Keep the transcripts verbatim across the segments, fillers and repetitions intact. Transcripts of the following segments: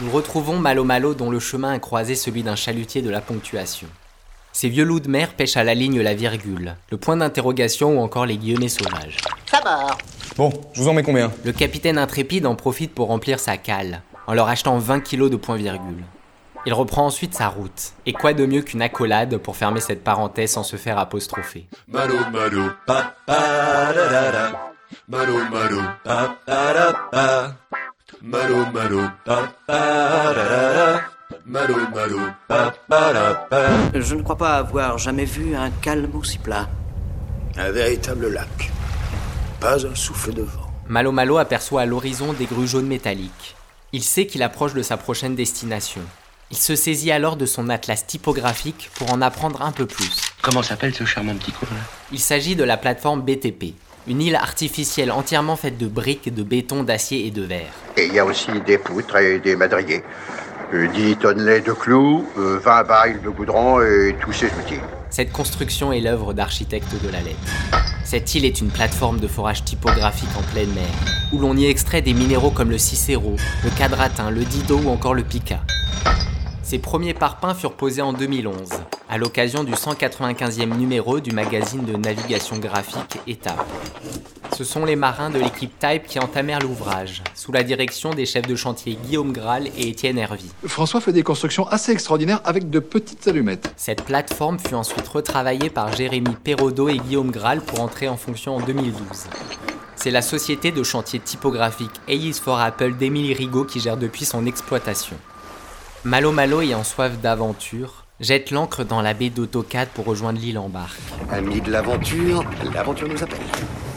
Nous retrouvons Malo Malo dont le chemin a croisé celui d'un chalutier de la ponctuation. Ces vieux loups de mer pêchent à la ligne la virgule, le point d'interrogation ou encore les guillemets sauvages. Ça mord. Bon, je vous en mets combien ? Le capitaine intrépide en profite pour remplir sa cale, en leur achetant vingt kilos de point-virgule. Il reprend ensuite sa route. Et quoi de mieux qu'une accolade pour fermer cette parenthèse sans se faire apostropher. Malo malo pa pa da da da. Malo malo pa pa da pa. Malo malo pa pa da da da. Malo malo pa pa da pa. Je ne crois pas avoir jamais vu un calme aussi plat. Un véritable lac. Pas un souffle de vent. Malo Malo aperçoit à l'horizon des grues jaunes métalliques. Il sait qu'il approche de sa prochaine destination. Il se saisit alors de son atlas typographique pour en apprendre un peu plus. Comment s'appelle ce charmant petit coin là ? Il s'agit de la plateforme B T P, une île artificielle entièrement faite de briques, de béton, d'acier et de verre. Et il y a aussi des poutres et des madriers. Euh, dix tonnelets de clous, euh, vingt barils de goudron et tous ces outils. Cette construction est l'œuvre d'architectes de la lettre. Cette île est une plateforme de forage typographique en pleine mer, où l'on y extrait des minéraux comme le cicéro, le quadratin, le dido ou encore le pica. Ses premiers parpaings furent posés en deux mille onze, à l'occasion du cent quatre-vingt-quinzième numéro du magazine de navigation graphique Étape. Ce sont les marins de l'équipe Type qui entamèrent l'ouvrage, sous la direction des chefs de chantier Guillaume Graal et Étienne Hervy. François fait des constructions assez extraordinaires avec de petites allumettes. Cette plateforme fut ensuite retravaillée par Jérémy Perraudot et Guillaume Graal pour entrer en fonction en deux mille douze. C'est la société de chantier typographique A is for Apple d'Émile Rigaud qui gère depuis son exploitation. Malo Malo, ayant soif d'aventure, jette l'ancre dans la baie d'AutoCAD pour rejoindre l'île en barque. Amis de l'aventure, l'aventure nous appelle.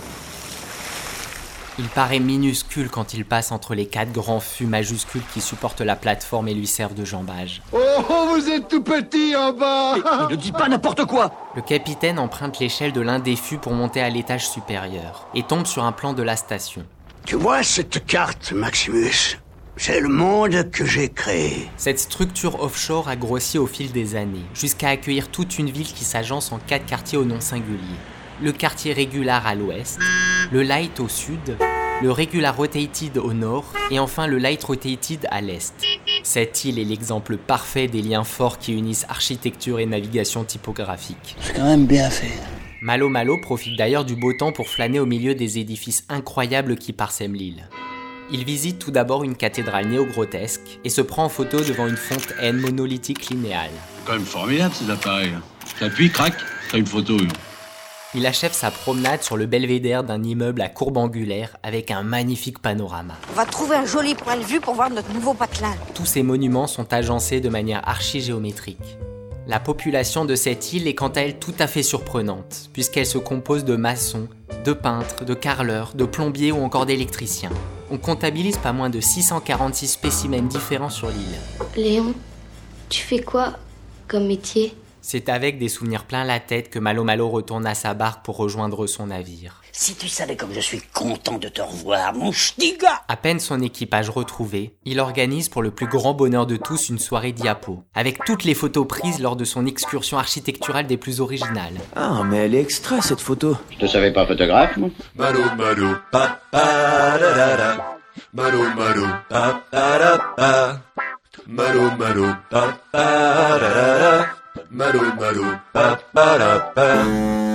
Il paraît minuscule quand il passe entre les quatre grands fûts majuscules qui supportent la plateforme et lui servent de jambage. Oh, oh vous êtes tout petit en bas. Mais, mais ne dis pas n'importe quoi. Le capitaine emprunte l'échelle de l'un des fûts pour monter à l'étage supérieur et tombe sur un plan de la station. Tu vois cette carte, Maximus ? C'est le monde que j'ai créé. Cette structure offshore a grossi au fil des années, jusqu'à accueillir toute une ville qui s'agence en quatre quartiers au nom singulier. Le quartier Regular à l'ouest, le Light au sud, le Regular Rotated au nord, et enfin le Light Rotated à l'est. Cette île est l'exemple parfait des liens forts qui unissent architecture et navigation typographique. C'est quand même bien fait. Malo Malo profite d'ailleurs du beau temps pour flâner au milieu des édifices incroyables qui parsèment l'île. Il visite tout d'abord une cathédrale néo-grotesque et se prend en photo devant une fontaine monolithique linéale. Quand même formidable ces appareils. T'appuies, crac, t'as une photo. Il achève sa promenade sur le belvédère d'un immeuble à courbe angulaire avec un magnifique panorama. On va trouver un joli point de vue pour voir notre nouveau patelin. Tous ces monuments sont agencés de manière archi-géométrique. La population de cette île est quant à elle tout à fait surprenante, puisqu'elle se compose de maçons, de peintres, de carreleurs, de plombiers ou encore d'électriciens. On comptabilise pas moins de six cent quarante-six spécimens différents sur l'île. Léon, tu fais quoi comme métier ? C'est avec des souvenirs plein la tête que Malo Malo retourne à sa barque pour rejoindre son navire. Si tu savais comme je suis content de te revoir, mon ch'tiga ! À peine son équipage retrouvé, il organise pour le plus grand bonheur de tous une soirée diapo, avec toutes les photos prises lors de son excursion architecturale des plus originales. Ah, mais elle est extra cette photo. Je te savais pas photographe, moi. Malo malo pa pa da da da. Malo malo pa pa da pa. Malo malo pa pa da da da. Malo malo pa pa da pa.